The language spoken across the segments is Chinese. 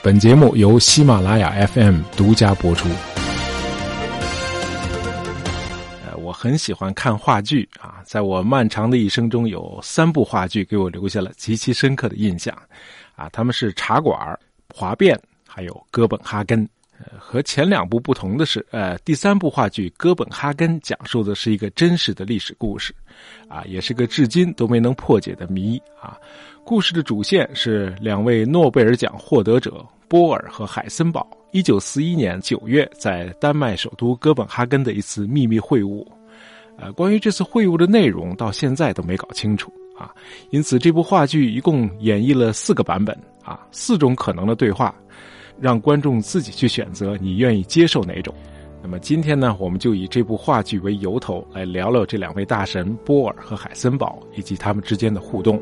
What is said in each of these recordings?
本节目由喜马拉雅 FM 独家播出。我很喜欢看话剧啊，在我漫长的一生中有3部话剧给我留下了极其深刻的印象啊，他们是《茶馆》、《华变》还有《哥本哈根》。和前2部不同的是，第3部话剧《哥本哈根》讲述的是一个真实的历史故事，啊，也是个至今都没能破解的谜啊。故事的主线是2位诺贝尔奖获得者波尔和海森堡1941年9月在丹麦首都哥本哈根的一次秘密会晤。关于这次会晤的内容到现在都没搞清楚啊，因此这部话剧一共演绎了4个版本啊，4种可能的对话，让观众自己去选择你愿意接受哪种。那么今天呢，我们就以这部话剧为由头来聊聊这2位大神波尔和海森堡以及他们之间的互动。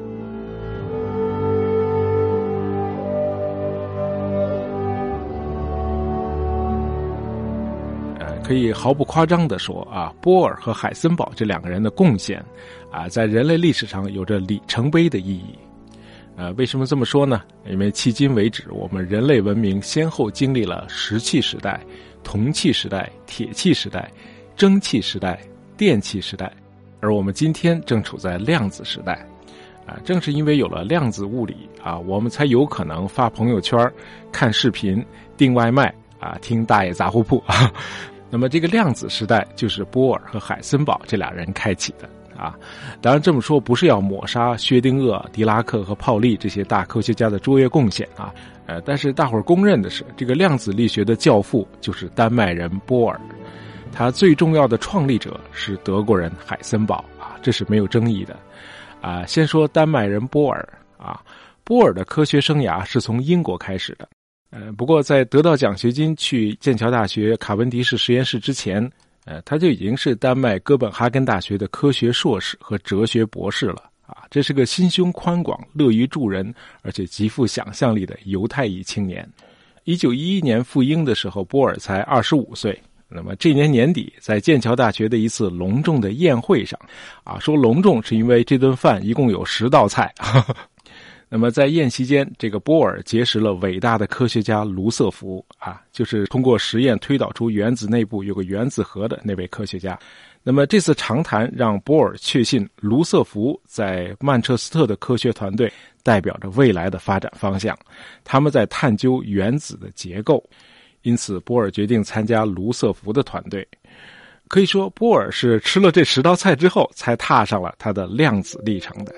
可以毫不夸张地说啊，波尔和海森堡这2个人的贡献啊，在人类历史上有着里程碑的意义。为什么这么说呢？因为迄今为止，我们人类文明先后经历了石器时代、铜器时代、铁器时代、蒸汽时代、电气时代，而我们今天正处在量子时代。正是因为有了量子物理啊，我们才有可能发朋友圈、看视频、订外卖啊、听大爷杂货铺啊。那么这个量子时代就是波尔和海森堡这2人开启的。当然这么说不是要抹杀薛定谔、狄拉克和泡利这些大科学家的卓越贡献啊，但是大伙儿公认的是，这个量子力学的教父就是丹麦人波尔，他最重要的创立者是德国人海森堡啊，这是没有争议的啊。先说丹麦人波尔啊，波尔的科学生涯是从英国开始的，不过在得到奖学金去剑桥大学卡文迪士实验室之前，他就已经是丹麦哥本哈根大学的科学硕士和哲学博士了啊！这是个心胸宽广、乐于助人，而且极富想象力的犹太裔青年。1911年赴英的时候，波尔才25岁。那么这年年底，在剑桥大学的一次隆重的宴会上，啊，说隆重是因为这顿饭一共有10道菜。那么在宴席间，这个波尔结识了伟大的科学家卢瑟福啊，就是通过实验推导出原子内部有个原子核的那位科学家。那么这次长谈让波尔确信卢瑟福在曼彻斯特的科学团队代表着未来的发展方向，他们在探究原子的结构，因此波尔决定参加卢瑟福的团队。可以说波尔是吃了这10道菜之后才踏上了他的量子历程的。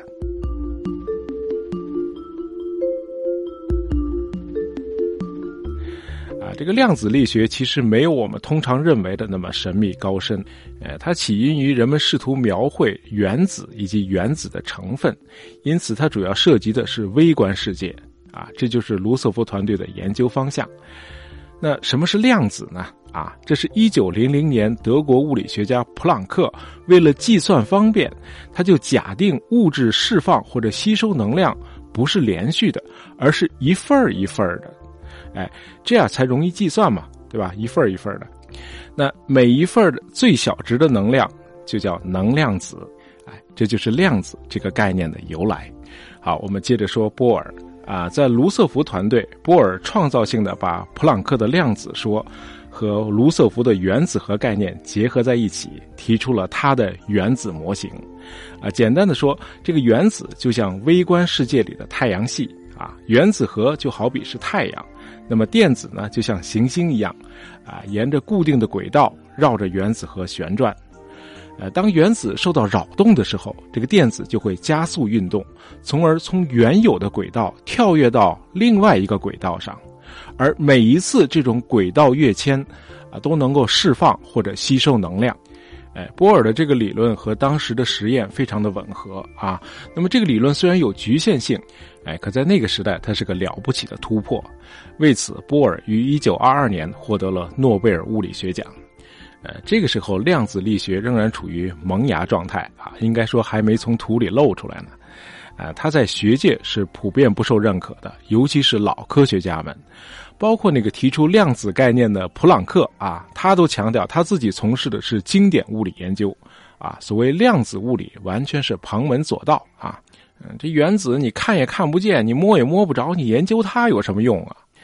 这个量子力学其实没有我们通常认为的那么神秘高深，它起因于人们试图描绘原子以及原子的成分，因此它主要涉及的是微观世界啊，这就是卢瑟福团队的研究方向。那什么是量子呢？啊，这是1900年德国物理学家普朗克为了计算方便，他就假定物质释放或者吸收能量不是连续的，而是一份一份的。这样才容易计算嘛，对吧？一份一份的。那每一份的最小值的能量就叫能量子，这就是量子这个概念的由来。好，我们接着说波尔啊，在卢瑟福团队，波尔创造性的把普朗克的量子说和卢瑟福的原子核概念结合在一起，提出了他的原子模型。简单的说，这个原子就像微观世界里的太阳系啊，原子核就好比是太阳。那么电子呢，就像行星一样，沿着固定的轨道绕着原子核旋转。当原子受到扰动的时候，这个电子就会加速运动，从而从原有的轨道跳跃到另外一个轨道上。而每一次这种轨道跃迁，都能够释放或者吸收能量。波尔的这个理论和当时的实验非常的吻合啊。那么这个理论虽然有局限性，可在那个时代它是个了不起的突破。为此，波尔于1922年获得了诺贝尔物理学奖。这个时候量子力学仍然处于萌芽状态啊，应该说还没从土里露出来呢。它在学界是普遍不受认可的，尤其是老科学家们，包括那个提出量子概念的普朗克啊，他都强调他自己从事的是经典物理研究啊，所谓量子物理完全是旁门左道啊。这原子你看也看不见，你摸也摸不着，你研究它有什么用啊？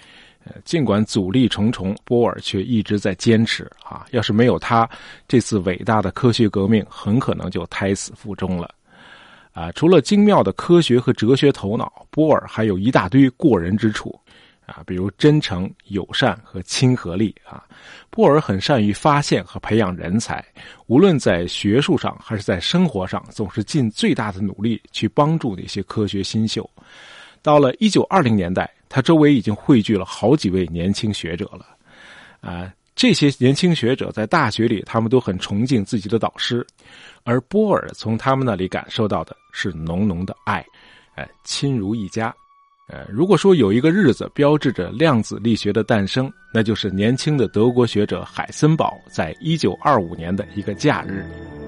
尽管阻力重重，波尔却一直在坚持啊！要是没有他，这次伟大的科学革命很可能就胎死腹中了。除了精妙的科学和哲学头脑，波尔还有一大堆过人之处比如真诚、友善和亲和力波尔很善于发现和培养人才，无论在学术上还是在生活上，总是尽最大的努力去帮助那些科学新秀。到了1920年代，他周围已经汇聚了好几位年轻学者了这些年轻学者在大学里，他们都很崇敬自己的导师，而波尔从他们那里感受到的是浓浓的爱亲如一家。如果说有一个日子标志着量子力学的诞生，那就是年轻的德国学者海森堡在1925年的一个假日。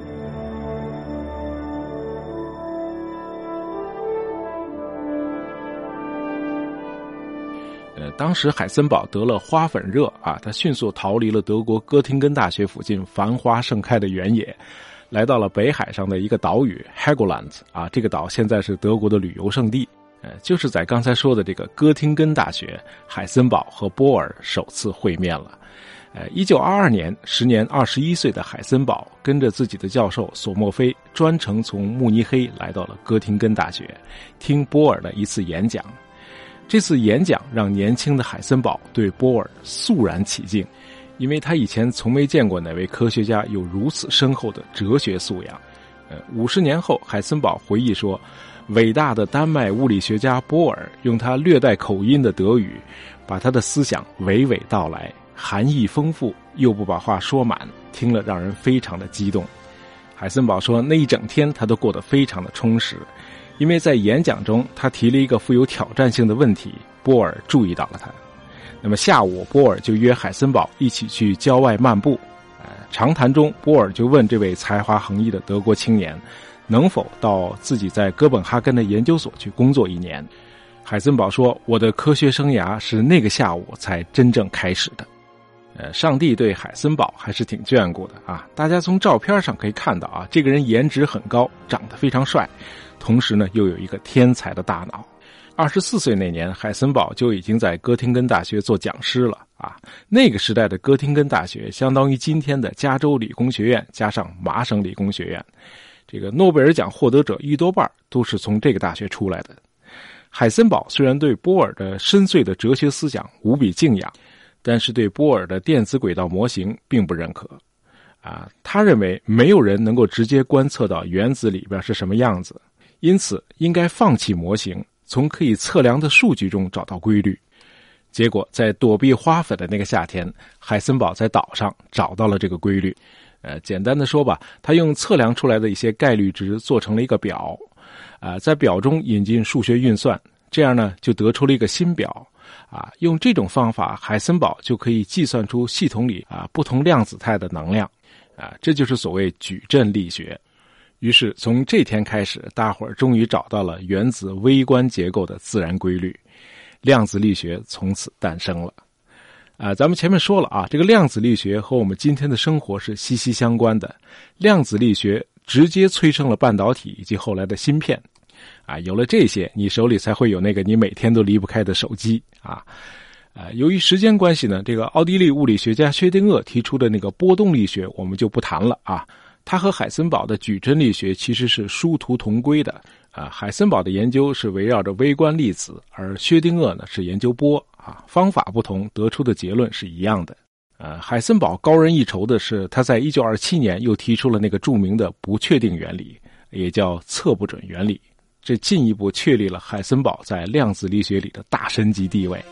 当时海森堡得了花粉热他迅速逃离了德国哥廷根大学附近繁花盛开的原野，来到了北海上的一个岛屿 Helgoland 这个岛现在是德国的旅游胜地。就是在刚才说的这个哥廷根大学，海森堡和波尔首次会面了。1922年，时年21岁的海森堡跟着自己的教授索莫菲专程从慕尼黑来到了哥廷根大学，听波尔的一次演讲。这次演讲让年轻的海森堡对波尔肃然起敬，因为他以前从没见过哪位科学家有如此深厚的哲学素养。50年后，海森堡回忆说，伟大的丹麦物理学家波尔用他略带口音的德语，把他的思想娓娓道来，含义丰富，又不把话说满，听了让人非常的激动。海森堡说，那一整天他都过得非常的充实，因为在演讲中他提了一个富有挑战性的问题，波尔注意到了他。那么下午，波尔就约海森堡一起去郊外漫步。长谈中，波尔就问这位才华横溢的德国青年能否到自己在哥本哈根的研究所去工作1年。海森堡说，我的科学生涯是那个下午才真正开始的。上帝对海森堡还是挺眷顾的大家从照片上可以看到这个人颜值很高，长得非常帅，同时呢又有一个天才的大脑。24岁那年，海森堡就已经在哥廷根大学做讲师了那个时代的哥廷根大学相当于今天的加州理工学院加上麻省理工学院，这个诺贝尔奖获得者一多半都是从这个大学出来的。海森堡虽然对波尔的深邃的哲学思想无比敬仰，但是对波尔的电子轨道模型并不认可他认为没有人能够直接观测到原子里边是什么样子，因此应该放弃模型，从可以测量的数据中找到规律。结果在躲避花粉的那个夏天，海森堡在岛上找到了这个规律。简单的说吧，他用测量出来的一些概率值做成了一个表在表中引进数学运算，这样呢就得出了一个新表用这种方法，海森堡就可以计算出系统里不同量子态的能量这就是所谓矩阵力学。于是从这天开始，大伙儿终于找到了原子微观结构的自然规律，量子力学从此诞生了。咱们前面说了这个量子力学和我们今天的生活是息息相关的。量子力学直接催生了半导体以及后来的芯片有了这些，你手里才会有那个你每天都离不开的手机由于时间关系呢，这个奥地利物理学家薛定谔提出的那个波动力学我们就不谈了他和海森堡的矩阵力学其实是殊途同归的海森堡的研究是围绕着微观粒子，而薛定谔呢是研究波方法不同，得出的结论是一样的。海森堡高人一筹的是，他在1927年又提出了那个著名的不确定原理，也叫测不准原理，这进一步确立了海森堡在量子力学里的大神级地位。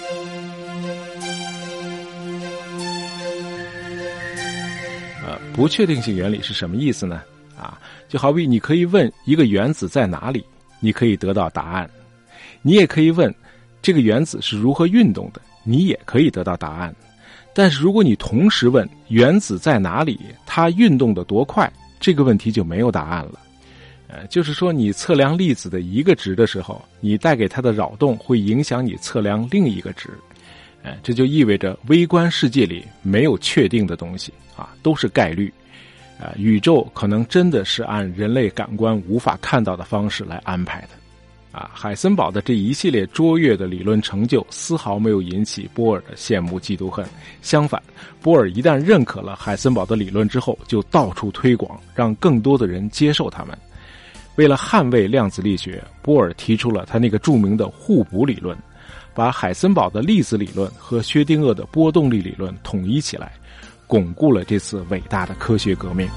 不确定性原理是什么意思呢？就好比你可以问一个原子在哪里，你可以得到答案；你也可以问这个原子是如何运动的，你也可以得到答案。但是如果你同时问原子在哪里，它运动得多快，这个问题就没有答案了。就是说你测量粒子的一个值的时候，你带给它的扰动会影响你测量另一个值。这就意味着微观世界里没有确定的东西都是概率。宇宙可能真的是按人类感官无法看到的方式来安排的海森堡的这一系列卓越的理论成就丝毫没有引起波尔的羡慕嫉妒恨，相反，波尔一旦认可了海森堡的理论之后，就到处推广，让更多的人接受他们。为了捍卫量子力学，波尔提出了他那个著名的互补理论，把海森堡的粒子理论和薛定谔的波动力理论统一起来，巩固了这次伟大的科学革命。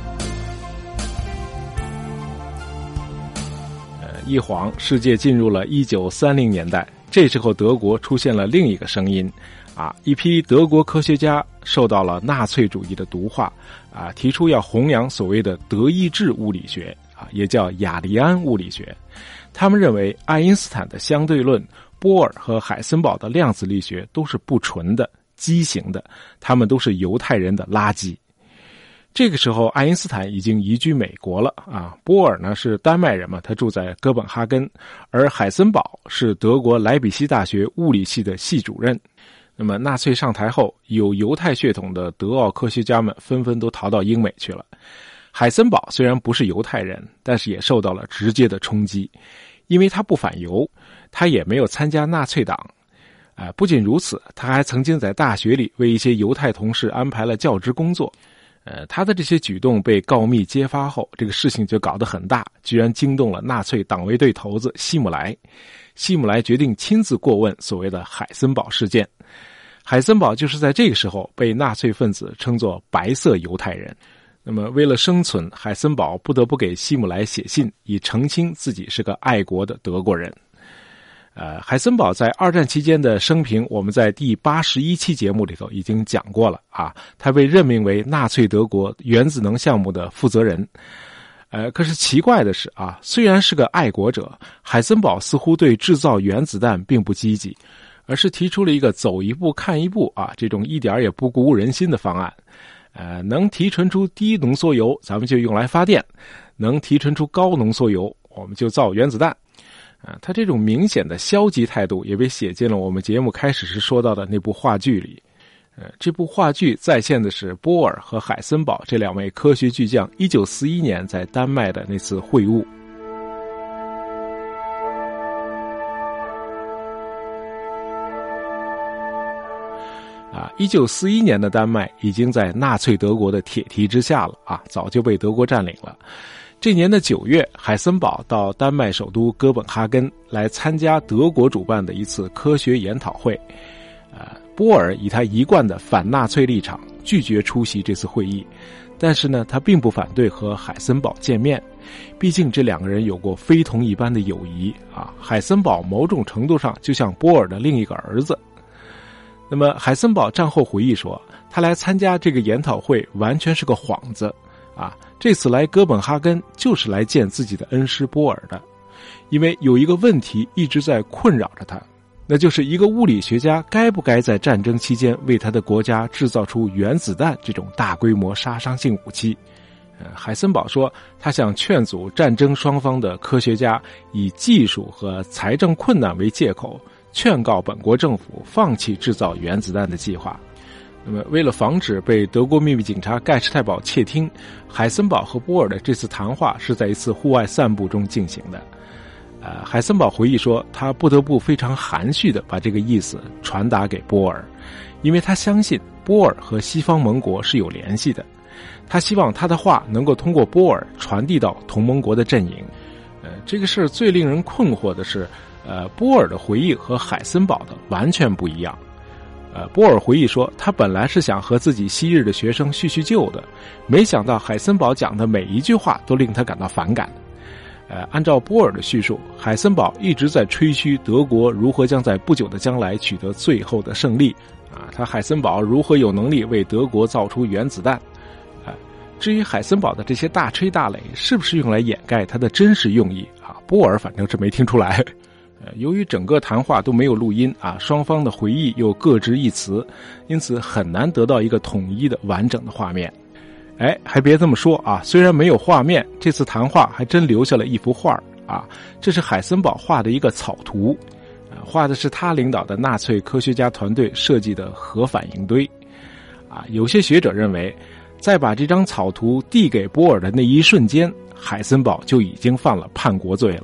一晃，世界进入了1930年代，这时候德国出现了另一个声音，一批德国科学家受到了纳粹主义的毒化，提出要弘扬所谓的德意志物理学，也叫雅利安物理学。他们认为爱因斯坦的相对论、波尔和海森堡的量子力学都是不纯的、畸形的，他们都是犹太人的垃圾。这个时候爱因斯坦已经移居美国了，波尔呢是丹麦人嘛，他住在哥本哈根，而海森堡是德国莱比锡大学物理系的系主任。那么纳粹上台后，有犹太血统的德奥科学家们纷纷都逃到英美去了。海森堡虽然不是犹太人，但是也受到了直接的冲击，因为他不反犹，他也没有参加纳粹党。不仅如此，他还曾经在大学里为一些犹太同事安排了教职工作。他的这些举动被告密揭发后，这个事情就搞得很大，居然惊动了纳粹党卫队头子希姆莱。希姆莱决定亲自过问所谓的海森堡事件。海森堡就是在这个时候被纳粹分子称作白色犹太人。那么为了生存，海森堡不得不给希姆莱写信，以澄清自己是个爱国的德国人。海森堡在二战期间的生平，我们在第81期节目里头已经讲过了他被任命为纳粹德国原子能项目的负责人。可是奇怪的是虽然是个爱国者，海森堡似乎对制造原子弹并不积极，而是提出了一个走一步看一步这种一点也不鼓舞人心的方案。能提纯出低浓缩铀，咱们就用来发电；能提纯出高浓缩铀，我们就造原子弹。他这种明显的消极态度也被写进了我们节目开始时说到的那部话剧里。这部话剧再现的是波尔和海森堡这两位科学巨匠1941年在丹麦的那次会晤。1941年的丹麦已经在纳粹德国的铁蹄之下了早就被德国占领了。这年的9月，海森堡到丹麦首都哥本哈根来参加德国主办的一次科学研讨会。波尔以他一贯的反纳粹立场拒绝出席这次会议，但是呢，他并不反对和海森堡见面，毕竟这两个人有过非同一般的友谊海森堡某种程度上就像波尔的另一个儿子。那么海森堡战后回忆说，他来参加这个研讨会完全是个幌子这次来哥本哈根就是来见自己的恩师波尔的，因为有一个问题一直在困扰着他，那就是一个物理学家该不该在战争期间为他的国家制造出原子弹这种大规模杀伤性武器。海森堡说，他想劝阻战争双方的科学家以技术和财政困难为借口，劝告本国政府放弃制造原子弹的计划。那么为了防止被德国秘密警察盖施泰堡窃听，海森堡和波尔的这次谈话是在一次户外散步中进行的。海森堡回忆说，他不得不非常含蓄地把这个意思传达给波尔，因为他相信波尔和西方盟国是有联系的。他希望他的话能够通过波尔传递到同盟国的阵营。这个事最令人困惑的是，波尔的回忆和海森堡的完全不一样。波尔回忆说，他本来是想和自己昔日的学生叙叙旧的，没想到海森堡讲的每一句话都令他感到反感。按照波尔的叙述，海森堡一直在吹嘘德国如何将在不久的将来取得最后的胜利他海森堡如何有能力为德国造出原子弹。至于海森堡的这些大吹大擂是不是用来掩盖他的真实用意波尔反正是没听出来。由于整个谈话都没有录音双方的回忆又各执一词，因此很难得到一个统一的完整的画面。还别这么说虽然没有画面，这次谈话还真留下了一幅画这是海森堡画的一个草图，画的是他领导的纳粹科学家团队设计的核反应堆。有些学者认为，在把这张草图递给波尔的那一瞬间，海森堡就已经犯了叛国罪了。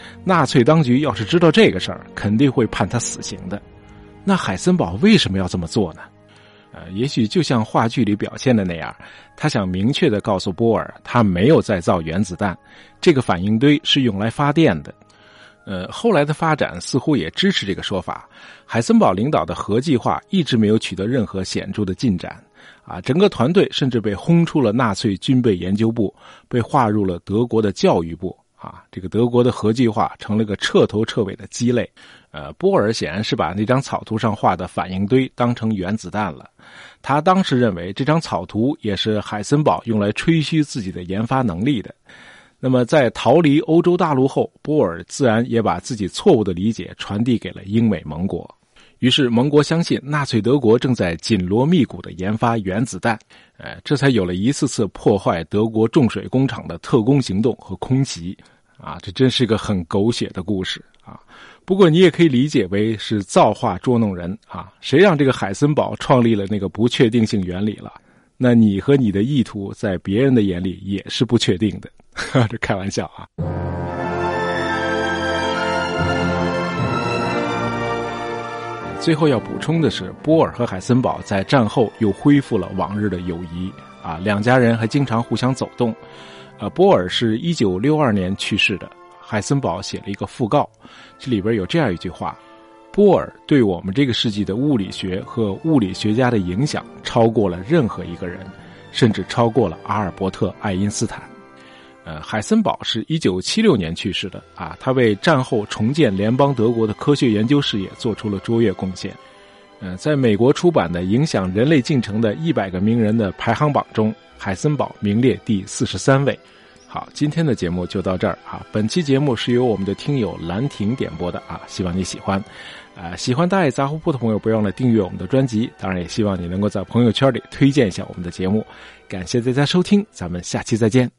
纳粹当局要是知道这个事儿，肯定会判他死刑的。那海森堡为什么要这么做呢？也许就像话剧里表现的那样，他想明确地告诉波尔，他没有在造原子弹，这个反应堆是用来发电的。后来的发展似乎也支持这个说法。海森堡领导的核计划一直没有取得任何显著的进展，整个团队甚至被轰出了纳粹军备研究部，被划入了德国的教育部。这个德国的核计划成了个彻头彻尾的鸡肋。波尔显然是把那张草图上画的反应堆当成原子弹了。他当时认为这张草图也是海森堡用来吹嘘自己的研发能力的。那么在逃离欧洲大陆后，波尔自然也把自己错误的理解传递给了英美盟国。于是盟国相信纳粹德国正在紧锣密鼓地研发原子弹，这才有了一次次破坏德国重水工厂的特工行动和空袭。这真是个很狗血的故事啊！不过你也可以理解为是造化捉弄人啊！谁让这个海森堡创立了那个不确定性原理了？那你和你的意图在别人的眼里也是不确定的。这开玩笑啊！最后要补充的是，波尔和海森堡在战后又恢复了往日的友谊两家人还经常互相走动。波尔是1962年去世的，海森堡写了一个讣告，这里边有这样一句话：波尔对我们这个世纪的物理学和物理学家的影响超过了任何一个人，甚至超过了阿尔伯特·爱因斯坦。海森堡是1976年去世的他为战后重建联邦德国的科学研究事业做出了卓越贡献。在美国出版的影响人类进程的100个名人的排行榜中，海森堡名列第43位。好，今天的节目就到这儿本期节目是由我们的听友兰亭点播的希望你喜欢。喜欢大爱杂货铺的朋友不要忘了订阅我们的专辑，当然也希望你能够在朋友圈里推荐一下我们的节目。感谢大家收听，咱们下期再见。